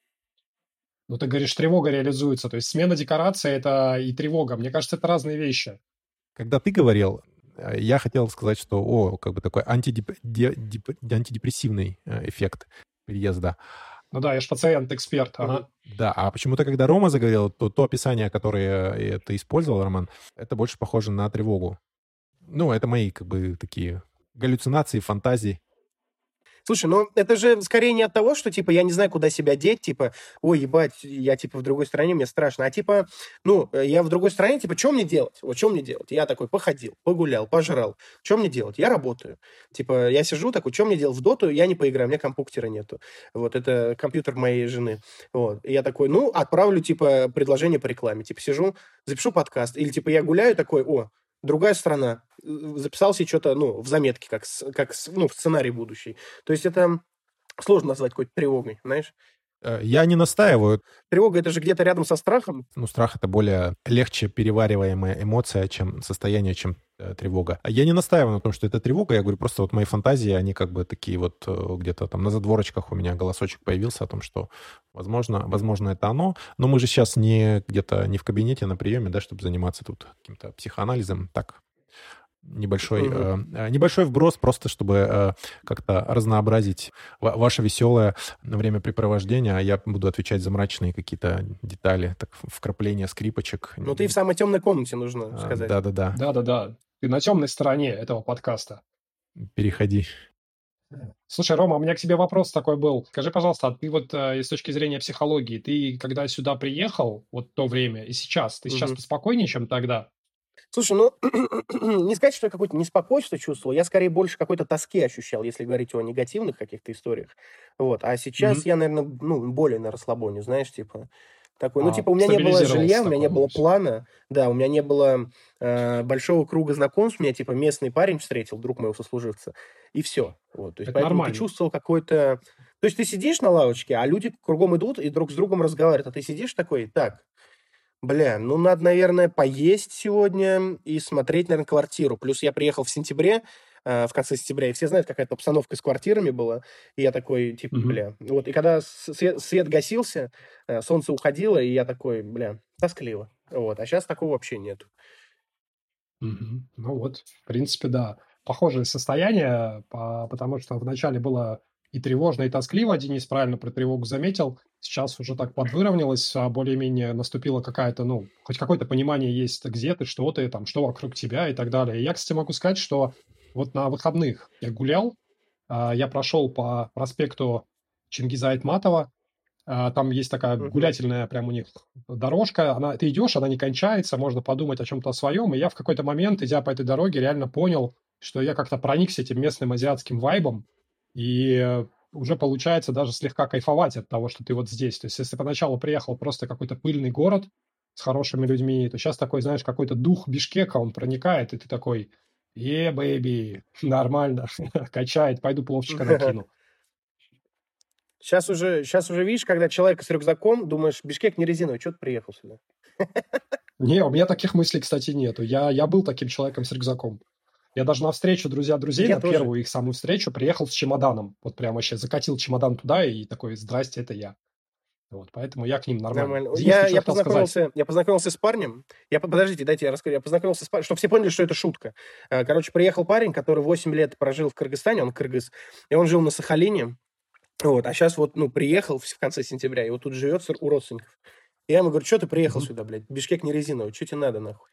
Ну, ты говоришь, тревога реализуется. То есть смена декорации – это и тревога. Мне кажется, это разные вещи. Когда ты говорил, э, я хотел сказать, что, о, как бы такой антидеп- де- деп- антидепрессивный э, эффект переезда. Ну да, я же пациент, эксперт. Мгм. Ага. Да, а почему-то, когда Рома заговорил, то то описание, которое э, ты использовал, Роман, это больше похоже на тревогу. Ну, это мои, как бы, такие галлюцинации, фантазии. Слушай, ну это же скорее не от того, что, типа, я не знаю, куда себя деть, типа, ой, ебать, я, типа, в другой стране, мне страшно. А, типа, ну, э, я в другой стране, типа, что мне делать? Вот что мне делать? Я такой походил, погулял, пожрал. Что мне делать? Я работаю. Типа, я сижу такой, что мне делать? В доту я не поиграю, у меня компьютера нету. Вот, это компьютер моей жены. Вот. И я такой, ну, отправлю, типа, предложение по рекламе. Типа, сижу, запишу подкаст. Или, типа, я гуляю такой, о, другая страна. Записал себе что-то, ну, в заметке, как, с- как с- ну, в сценарий будущий. То есть это сложно назвать какой-то тревогой, знаешь. Э, Я не настаиваю. Тревога – это же где-то рядом со страхом. Ну, страх — это более легче перевариваемая эмоция, чем состояние, чем э, тревога. А я не настаиваю на том, что это тревога. Я говорю, просто вот мои фантазии, они как бы такие вот э, где-то там на задворочках у меня голосочек появился о том, что, возможно, возможно, это оно. Но мы же сейчас не где-то не в кабинете на приеме, да, чтобы заниматься тут каким-то психоанализом. Так, небольшой, Мгм. э, э, небольшой вброс, просто чтобы э, как-то разнообразить ва- ваше веселое времяпрепровождение, а я буду отвечать за мрачные какие-то детали, так, вкрапления скрипочек. Ну, ты в самой темной комнате, нужно А, сказать. Да-да-да, Да-да-да. Ты на темной стороне этого подкаста. переходи. Слушай, Рома, у меня к тебе вопрос такой был. Скажи, пожалуйста, а ты вот э, с точки зрения психологии, ты когда сюда приехал, вот то время и сейчас, ты сейчас Мгм. поспокойнее, чем тогда? Слушай, ну, не сказать, что я какое-то неспокойство чувствовал, я скорее больше какой-то тоски ощущал, если говорить о негативных каких-то историях. Вот. А сейчас Мгм. я, наверное, ну, более на расслабоне, знаешь, типа, такой, ну, А, типа, у меня не было жилья, стабилизировался у меня не такой было весь. плана, да, у меня не было э, большого круга знакомств, меня, типа, местный парень встретил, друг моего сослуживца, и все. Вот. То есть, Это поэтому ты нормально. чувствовал какой-то... То есть, ты сидишь на лавочке, а люди кругом идут и друг с другом разговаривают, а ты сидишь такой, так, бля, ну, надо, наверное, поесть сегодня и смотреть, наверное, квартиру. Плюс я приехал в сентябре, э, в конце сентября, и все знают, какая-то обстановка с квартирами была. И я такой, типа, Мгм. бля. Вот, и когда с- свет, свет гасился, э, солнце уходило, и я такой, бля, тоскливо. Вот, а сейчас такого вообще нету. Мгм. Ну вот, в принципе, да. Похожее состояние, по- потому что вначале было и тревожно, и тоскливо. Денис правильно про тревогу заметил. Сейчас уже так подвыровнялось, а более-менее наступила какая-то, ну, хоть какое-то понимание есть, где ты, что ты, там, что вокруг тебя и так далее. И я, кстати, могу сказать, что вот на выходных я гулял, я прошел по проспекту Чингиза Айтматова. Там есть такая гулятельная прям у них дорожка. Она, ты идешь, она не кончается, можно подумать о чем-то своем. И я в какой-то момент, идя по этой дороге, реально понял, что я как-то проникся этим местным азиатским вайбом. И уже получается даже слегка кайфовать от того, что ты вот здесь. То есть если поначалу приехал просто какой-то пыльный город с хорошими людьми, то сейчас такой, знаешь, какой-то дух Бишкека, он проникает, и ты такой, е, бэйби, нормально, качает, пойду пловчика накину. Сейчас уже, сейчас уже, видишь, когда человек с рюкзаком, думаешь, Бишкек не резиновый, что ты приехал сюда? Не, у меня таких мыслей, кстати, нету. Я, я был таким человеком с рюкзаком. Я даже на встречу друзья-друзей, Я на тоже. первую их самую встречу, приехал с чемоданом. Вот прям вообще закатил чемодан туда и такой, здрасте, это я. Вот, поэтому я к ним нормально. Нормально. Денис, Я, ты что я, хотел познакомился, сказать? я познакомился с парнем. Я, подождите, дайте я расскажу. Я познакомился с парнем, чтобы все поняли, что это шутка. Э, Короче, приехал парень, который восемь лет прожил в Кыргызстане, он кыргыз, и он жил на Сахалине. Вот, а сейчас вот, ну, приехал в конце сентября, и вот тут живет с- у родственников. Я ему говорю, что ты приехал Мгм. сюда, блядь? Бишкек не резиновый, что тебе надо, нахуй?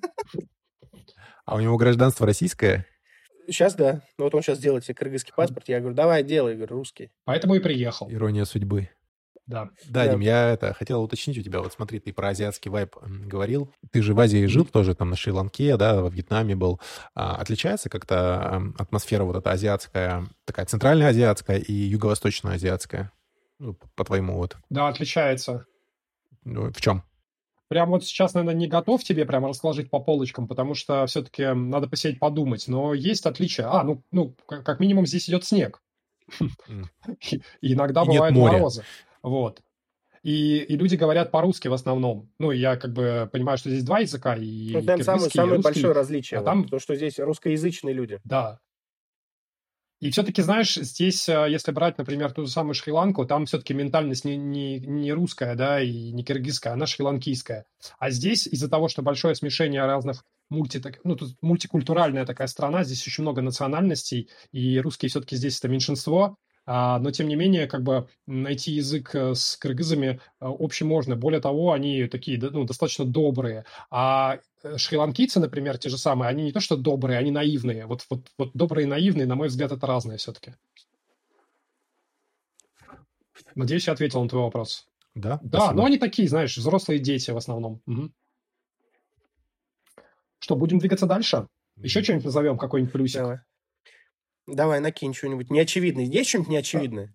А у него гражданство российское? Сейчас, да. Ну, вот он сейчас делает себе кыргызский паспорт. Я говорю, давай, делай, говорю, русский. Поэтому и приехал. Ирония судьбы. Да. Да, Да. Дим, я это хотел уточнить у тебя. Вот смотри, ты про азиатский вайб м, говорил. Ты же в Азии жил тоже, там на Шри-Ланке, да, во Вьетнаме был. А, отличается как-то ам, атмосфера вот эта азиатская, такая центральная азиатская и юго-восточная азиатская? Ну, п- по-твоему, вот. Да, отличается. Ну, в чем? Прям вот сейчас, наверное, не готов тебе прямо расложить по полочкам, потому что все-таки надо посидеть подумать. Но есть отличия. А, ну, ну как как минимум здесь идет снег. М. И и иногда И нет бывают моря. морозы. Вот. И, и люди говорят по-русски в основном. Ну, я как бы понимаю, что здесь два языка, Ну, и это, наверное, самое, киргизский, и самое русский. большое различие. А Вот, там, то, что здесь русскоязычные люди. да. И все-таки, знаешь, здесь, э, если брать, например, ту же самую Шри-Ланку, там все-таки ментальность не, не, не русская, да, и не киргизская, она шри-ланкийская. А здесь из-за того, что большое смешение разных мульти, так- ну, тут мультикультуральная такая страна, здесь очень много национальностей, и русские все-таки здесь это меньшинство, а, но тем не менее, как бы найти язык э, с кыргызами э, общий можно. Более того, они такие, да, ну, достаточно добрые. А э, шри-ланкийцы, например, те же самые, они не то что добрые, они наивные. Вот, вот, вот добрые и наивные, на мой взгляд, это разное все-таки. Надеюсь, я ответил на твой вопрос. Да, Да, спасибо. но они такие, знаешь, взрослые дети в основном. Мгм. Что, будем двигаться дальше? Еще М. что-нибудь назовем, какой-нибудь плюсик? Давай. Давай, накинь что-нибудь неочевидное. Есть что-нибудь неочевидное?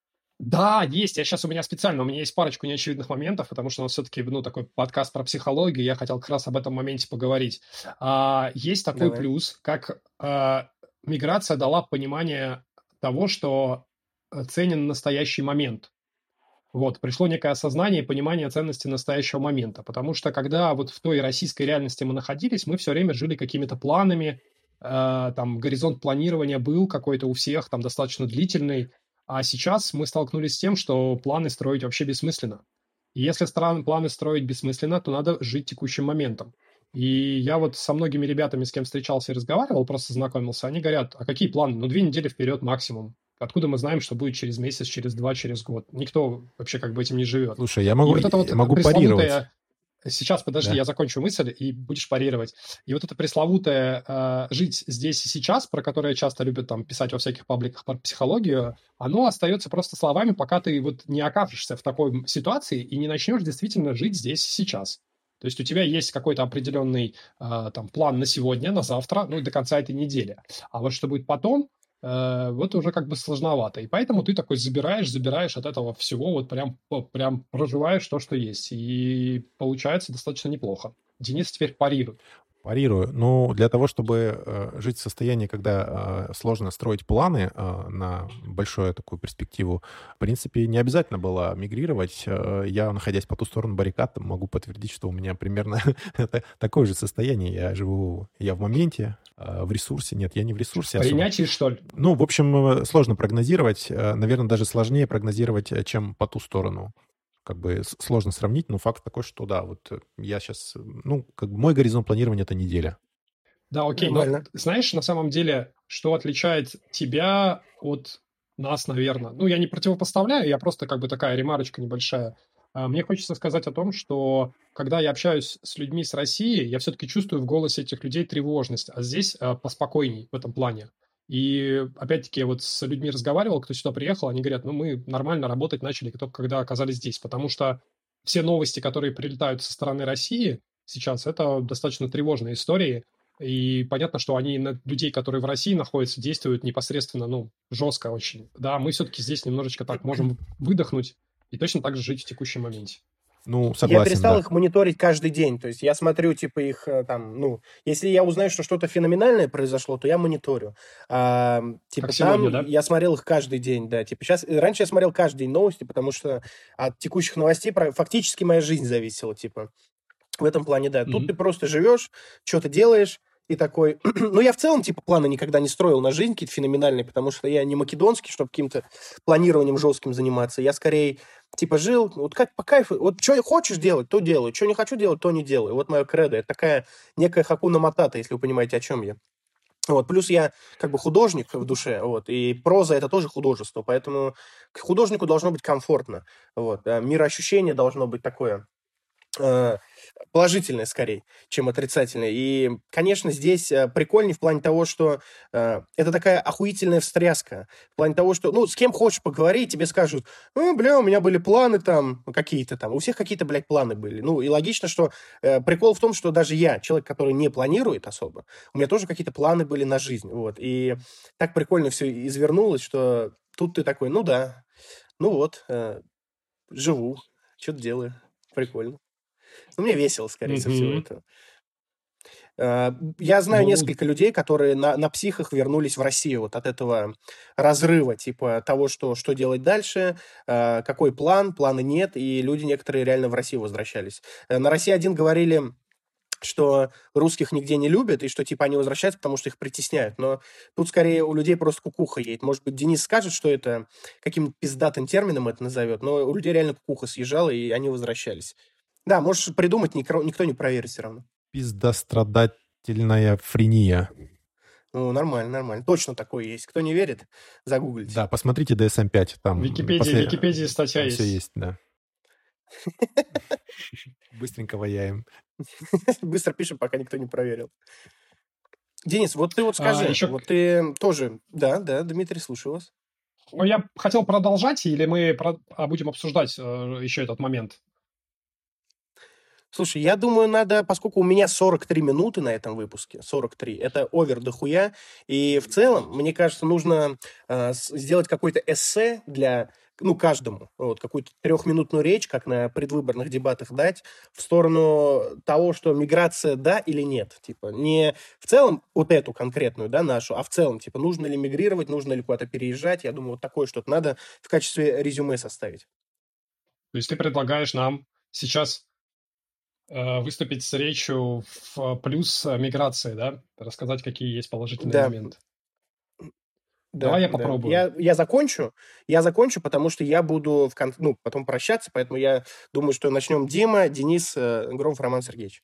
Да, есть. Я сейчас у меня специально, у меня есть парочку неочевидных моментов, потому что у нас все-таки, ну, такой подкаст про психологию, я хотел как раз об этом моменте поговорить. А, есть такой Давай. плюс, как а, миграция дала понимание того, что э, ценен настоящий момент. Вот, пришло некое осознание и понимание ценности настоящего момента, потому что когда вот в той российской реальности мы находились, мы все время жили какими-то планами, э, там горизонт планирования был какой-то у всех, там достаточно длительный, а сейчас мы столкнулись с тем, что планы строить вообще бессмысленно. И если стран, планы строить бессмысленно, то надо жить текущим моментом. И я вот со многими ребятами, с кем встречался и разговаривал, просто знакомился, они говорят, а какие планы? Ну, две недели вперед максимум. Откуда мы знаем, что будет через месяц, через два, через год? Никто вообще как бы этим не живет. Слушай, я И могу, вот это вот я могу парировать. пресловутое... Сейчас, подожди, Да. я закончу мысль, и будешь парировать. И вот это пресловутое э, «жить здесь и сейчас», про которое часто любят там писать во всяких пабликах про психологию, оно остается просто словами, пока ты вот не окажешься в такой ситуации и не начнешь действительно жить здесь и сейчас. То есть у тебя есть какой-то определенный э, там план на сегодня, на завтра, ну и до конца этой недели. А вот что будет потом, э, вот уже как бы сложновато. И поэтому ты такой забираешь, забираешь от этого всего, вот прям, о, прям проживаешь то, что есть. И получается достаточно неплохо. Денис теперь парирует. Парирую. Ну, для того, чтобы э, жить в состоянии, когда э, сложно строить планы э, на большую такую перспективу, в принципе, не обязательно было мигрировать. Э, я, находясь по ту сторону баррикад, могу подтвердить, что у меня примерно это такое же состояние. Я живу, я в моменте, э, в ресурсе. Нет, я не в ресурсе. особо. Принятие, что ли? Ну, в общем, э, сложно прогнозировать. Э, Наверное, даже сложнее прогнозировать, э, чем по ту сторону. Как бы с- сложно сравнить, но факт такой, что да, вот э, я сейчас, э, ну, как бы мой горизонт планирования — это неделя. Да, окей. Но Нормально. знаешь, на самом деле, что отличает тебя от нас, наверное. Ну, я не противопоставляю, я просто как бы такая ремарочка небольшая. Мне хочется сказать о том, что когда я общаюсь с людьми с России, я все-таки чувствую в голосе этих людей тревожность, а здесь а, поспокойней в этом плане. И опять-таки я вот с людьми разговаривал, кто сюда приехал, они говорят, ну мы нормально работать начали только когда оказались здесь, потому что все новости, которые прилетают со стороны России сейчас, это достаточно тревожные истории, и понятно, что они на людей, которые в России находятся, действуют непосредственно, ну, жестко очень. Да, мы все-таки здесь немножечко так можем выдохнуть и точно так же жить в текущем моменте. Ну, согласен, я перестал да. их мониторить каждый день. То есть я смотрю, типа, их там, ну, если я узнаю, что что-то феноменальное произошло, то я мониторю. А, типа, как там сегодня, да? я смотрел их каждый день, да. Типа, сейчас, раньше я смотрел каждый день новости, потому что от текущих новостей фактически моя жизнь зависела, типа. В этом плане, да. Mm-hmm. Тут ты просто живешь, что-то делаешь, и такой... ну, я в целом, типа, планы никогда не строил на жизнь какие-то феноменальные, потому что я не македонский, чтобы каким-то планированием жестким заниматься. Я скорее, типа, жил, вот как по кайфу. Вот что хочешь делать, то делаю. Что не хочу делать, то не делаю. Вот мое кредо. Это такая некая хакуна матата, если вы понимаете, о чем я. Вот. Плюс я как бы художник в душе, вот, и проза – это тоже художество, поэтому к художнику должно быть комфортно. Вот. А мироощущение должно быть такое... положительное скорее, чем отрицательное. И, конечно, здесь прикольнее в плане того, что э, это такая охуительная встряска. В плане того, что, ну, с кем хочешь поговорить, тебе скажут, ну, бля, у меня были планы там, какие-то там. У всех какие-то, блядь, планы были. Ну, и логично, что э, прикол в том, что даже я, человек, который не планирует особо, у меня тоже какие-то планы были на жизнь. Вот. И так прикольно все извернулось, что тут ты такой, ну, да, ну вот, э, живу, что-то делаю. Прикольно. Ну, мне весело, скорее mm-hmm. всего, этого. Я знаю ну... несколько людей, которые на, на психах вернулись в Россию вот от этого разрыва, типа того, что, что делать дальше, какой план, плана нет, и люди некоторые реально в Россию возвращались. На России один говорили, что русских нигде не любят, и что, типа, они возвращаются, потому что их притесняют. Но тут, скорее, у людей просто кукуха едет. Может быть, Денис скажет, что это, каким пиздатым термином это назовет, но у людей реально кукуха съезжала, и они возвращались. Да, можешь придумать, никто, никто не проверит все равно. Пиздострадательная френия. Ну, нормально, нормально. Точно такое есть. Кто не верит, загуглите. Да, посмотрите ди эс эм пять. Там в Википедии, после... Википедии статья там есть. Все есть, да. Быстренько ваяем. Быстро пишем, пока никто не проверил. Денис, вот ты вот скажи, а, еще... вот ты тоже... Да, да, Дмитрий, слушаю вас. Ну, я хотел продолжать, или мы про... будем обсуждать э, еще этот момент? Слушай, я думаю, надо, поскольку у меня сорок три минуты на этом выпуске, сорок три, это овер дохуя, и в целом, мне кажется, нужно э, сделать какой-то эссе для, ну, каждому, вот, какую-то трехминутную речь, как на предвыборных дебатах дать, в сторону того, что миграция да или нет, типа, не в целом вот эту конкретную, да, нашу, а в целом, типа, нужно ли мигрировать, нужно ли куда-то переезжать, я думаю, вот такое что-то надо в качестве резюме составить. То есть ты предлагаешь нам сейчас выступить с речью в плюс миграции, да? Рассказать, какие есть положительные да. моменты. Да, Давай я да. попробую. Я, я закончу, я закончу, потому что я буду в кон... ну, потом прощаться, поэтому я думаю, что начнем Дима, Денис, Громов Роман Сергеевич.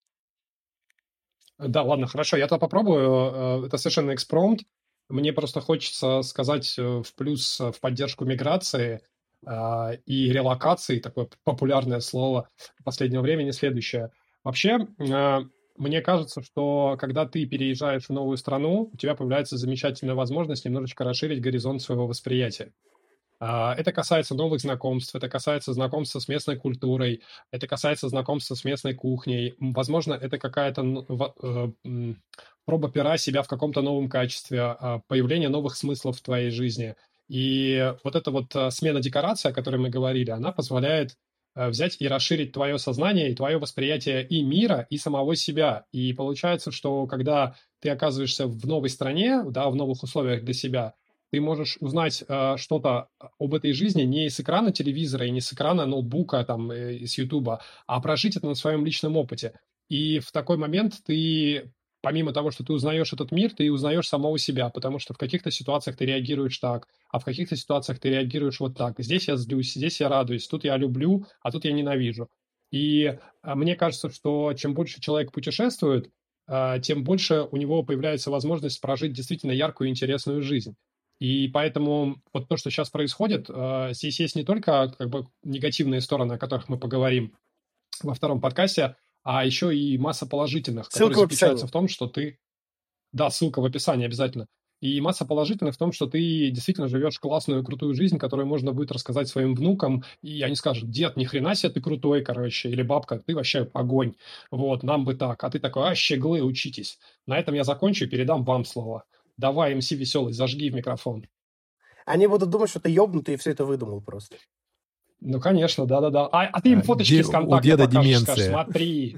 Да, ладно, хорошо, я то попробую. Это совершенно экспромт. Мне просто хочется сказать в плюс в поддержку миграции и релокации, такое популярное слово последнего времени, следующее. Вообще, мне кажется, что когда ты переезжаешь в новую страну, у тебя появляется замечательная возможность немножечко расширить горизонт своего восприятия. Это касается новых знакомств, это касается знакомства с местной культурой, это касается знакомства с местной кухней. Возможно, это какая-то проба пера себя в каком-то новом качестве, появление новых смыслов в твоей жизни. И вот эта вот смена декораций, о которой мы говорили, она позволяет взять и расширить твое сознание и твое восприятие и мира, и самого себя. И получается, что когда ты оказываешься в новой стране, да, в новых условиях для себя, ты можешь узнать э, что-то об этой жизни не с экрана телевизора и не с экрана ноутбука, там, э, с Ютуба, а прожить это на своем личном опыте. И в такой момент ты, помимо того, что ты узнаешь этот мир, ты узнаешь самого себя, потому что в каких-то ситуациях ты реагируешь так, а в каких-то ситуациях ты реагируешь вот так. Здесь я злюсь, здесь я радуюсь, тут я люблю, а тут я ненавижу. И э, мне кажется, что чем больше человек путешествует, э, тем больше у него появляется возможность прожить действительно яркую и интересную жизнь. И поэтому вот то, что сейчас происходит, э, здесь есть не только как бы негативные стороны, о которых мы поговорим во втором подкасте, а еще и масса положительных, Ссылка которые в описании. заключаются в том, что ты... Да, ссылка в описании обязательно. И масса положительных в том, что ты действительно живешь классную, крутую жизнь, которую можно будет рассказать своим внукам, и они скажут: дед, ни хрена себе ты крутой, короче, или бабка, ты вообще огонь, вот, нам бы так. А ты такой: а, щеглы, учитесь. На этом я закончу и передам вам слово. Давай, эм си Веселый, зажги в микрофон. Они будут думать, что ты ёбнутый и все это выдумал просто. Ну, конечно, да-да-да. А, а ты им А, фоточки де- из у контакта деда покажешь, скажешь: деменция. смотри.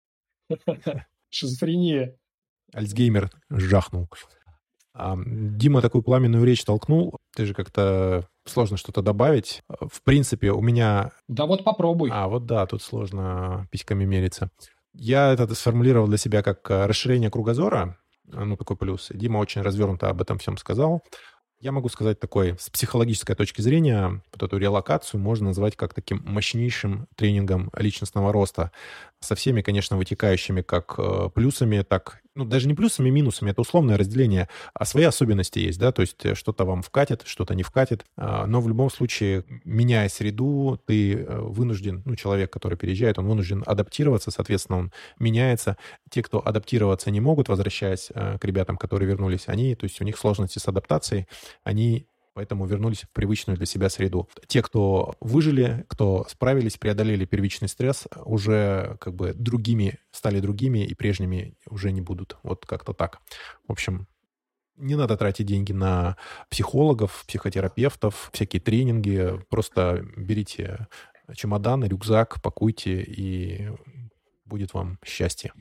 Шизофрения. Альцгеймер жахнул. А, Дима такую пламенную речь толкнул. Ты же как-то сложно что-то добавить. В принципе, у меня... Да вот попробуй. А, вот да, тут сложно письками мериться. Я это сформулировал для себя как а, расширение кругозора. А, Ну, такой плюс. Дима очень развернуто об этом всем сказал. Я могу сказать такой, с психологической точки зрения, вот эту релокацию можно назвать как таким мощнейшим тренингом личностного роста. Со всеми, конечно, вытекающими как э, плюсами, так, ну, даже не плюсами, минусами, это условное разделение, а свои особенности есть, да, то есть э, что-то вам вкатит, что-то не вкатит, а, но в любом случае, меняя среду, ты э, вынужден, ну, человек, который переезжает, он вынужден адаптироваться, соответственно, он меняется. Те, кто адаптироваться не могут, возвращаясь э, к ребятам, которые вернулись, они, то есть у них сложности с адаптацией, они поэтому вернулись в привычную для себя среду. Те, кто выжили, кто справились, преодолели первичный стресс, уже как бы другими, стали другими и прежними уже не будут. Вот как-то так. В общем, не надо тратить деньги на психологов, психотерапевтов, всякие тренинги. Просто берите чемодан, рюкзак, пакуйте, и будет вам счастье.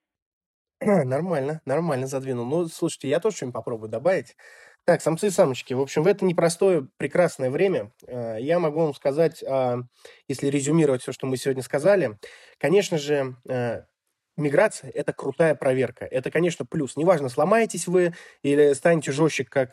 Нормально, нормально задвинул. Ну, слушайте, я тоже что-нибудь попробую добавить. Так, самцы и самочки. В общем, в это непростое, прекрасное время э, я могу вам сказать, а, если резюмировать все, что мы сегодня сказали, конечно же, э, миграция – это крутая проверка. Это, конечно, плюс. Неважно, сломаетесь вы или станете жестче, как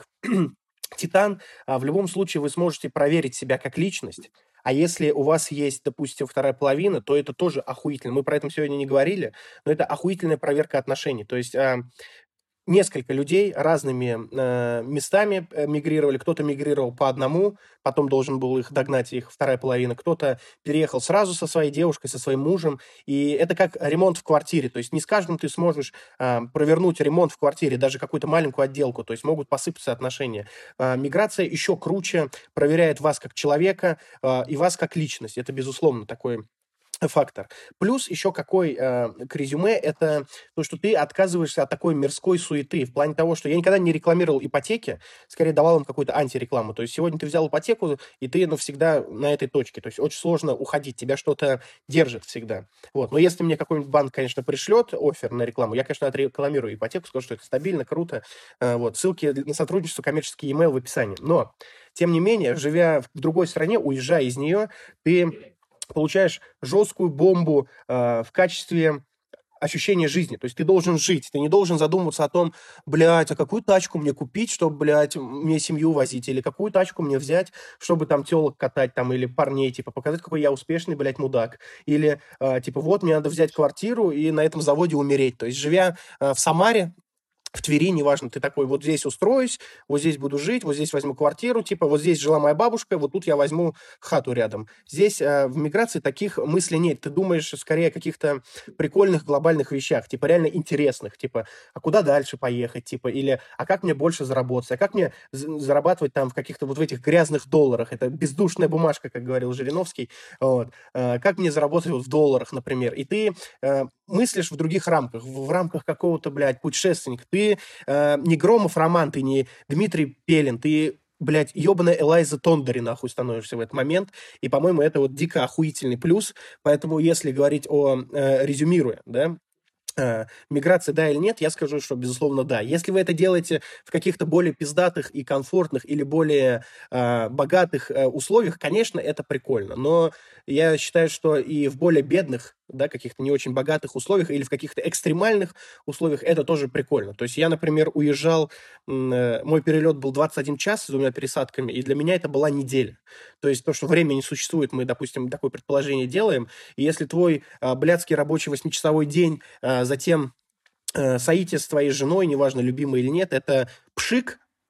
Титан, а в любом случае вы сможете проверить себя как личность. А если у вас есть, допустим, вторая половина, то это тоже охуительно. Мы про это сегодня не говорили, но это охуительная проверка отношений. То есть а, несколько людей разными э, местами э, мигрировали. Кто-то мигрировал по одному, потом должен был их догнать, их вторая половина. Кто-то переехал сразу со своей девушкой, со своим мужем. И это как ремонт в квартире. То есть не с каждым ты сможешь э, провернуть ремонт в квартире, даже какую-то маленькую отделку. То есть могут посыпаться отношения. Э, миграция еще круче проверяет вас как человека э, и вас как личность. Это, безусловно, такой фактор. Плюс еще какой э, к резюме, это то, что ты отказываешься от такой мирской суеты, в плане того, что я никогда не рекламировал ипотеки, скорее давал им какую-то антирекламу. То есть сегодня ты взял ипотеку, и ты навсегда на этой точке. То есть очень сложно уходить, тебя что-то держит всегда. Вот. Но если мне какой-нибудь банк, конечно, пришлет оффер на рекламу, я, конечно, отрекламирую ипотеку, скажу, что это стабильно, круто. Э, вот. Ссылки на сотрудничество, коммерческий e-mail в описании. Но, тем не менее, живя в другой стране, уезжая из нее, ты получаешь жесткую бомбу э, в качестве ощущения жизни. То есть ты должен жить, ты не должен задумываться о том, блядь, а какую тачку мне купить, чтобы, блядь, мне семью возить, или какую тачку мне взять, чтобы там телок катать, там, или парней, типа, показать, какой я успешный, блядь, мудак. Или, э, типа, вот, мне надо взять квартиру и на этом заводе умереть. То есть, живя э, в Самаре, в Твери, неважно, ты такой, вот здесь устроюсь, вот здесь буду жить, вот здесь возьму квартиру, типа, вот здесь жила моя бабушка, вот тут я возьму хату рядом. Здесь э, в миграции таких мыслей нет. Ты думаешь скорее о каких-то прикольных глобальных вещах, типа, реально интересных, типа, а куда дальше поехать, типа, или, а как мне больше заработать, а как мне зарабатывать там в каких-то вот в этих грязных долларах, это бездушная бумажка, как говорил Жириновский, вот, э, как мне заработать вот в долларах, например, и ты э, мыслишь в других рамках, в, в рамках какого-то, блядь, путешественника, ты э, не Громов Роман, ты не Дмитрий Пелин, ты, блядь, ебаная Элайза Тондори, нахуй, становишься в этот момент. И, по-моему, это вот дико охуительный плюс. Поэтому, если говорить о, э, резюмируя, да, э, миграция да или нет, я скажу, что, безусловно, да. Если вы это делаете в каких-то более пиздатых и комфортных или более э, богатых э, условиях, конечно, это прикольно. Но я считаю, что и в более бедных, да, каких-то не очень богатых условиях или в каких-то экстремальных условиях это тоже прикольно. То есть я, например, уезжал, э, мой перелет был двадцать один час с двумя пересадками, и для меня это была неделя. То есть то, что время не существует, мы, допустим, такое предположение делаем, и если твой э, блядский рабочий восьмичасовой день, э, затем э, соитие с твоей женой, неважно, любимой или нет, это пшик,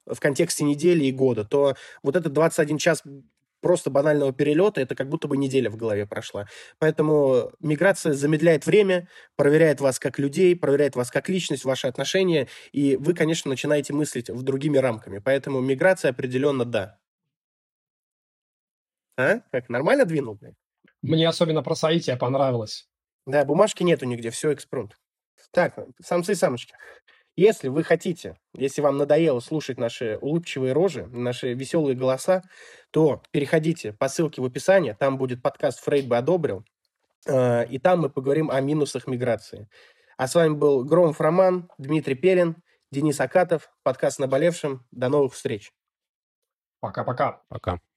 в контексте недели и года, то вот этот двадцать один час просто банального перелета, это как будто бы неделя в голове прошла. Поэтому миграция замедляет время, проверяет вас как людей, проверяет вас как личность, ваши отношения, и вы, конечно, начинаете мыслить в другими рамками. Поэтому миграция определенно да. А? Как, нормально двинул? Мне особенно про соитие понравилось. Да, бумажки нету нигде, все экспромт. Так, самцы и самочки. Если вы хотите, если вам надоело слушать наши улыбчивые рожи, наши веселые голоса, то переходите по ссылке в описании, там будет подкаст «Фрейд бы одобрил», э, и там мы поговорим о минусах миграции. А с вами был Громов Роман, Дмитрий Перин, Денис Акатов, подкаст «Наболевшим». До новых встреч. Пока-пока. Пока.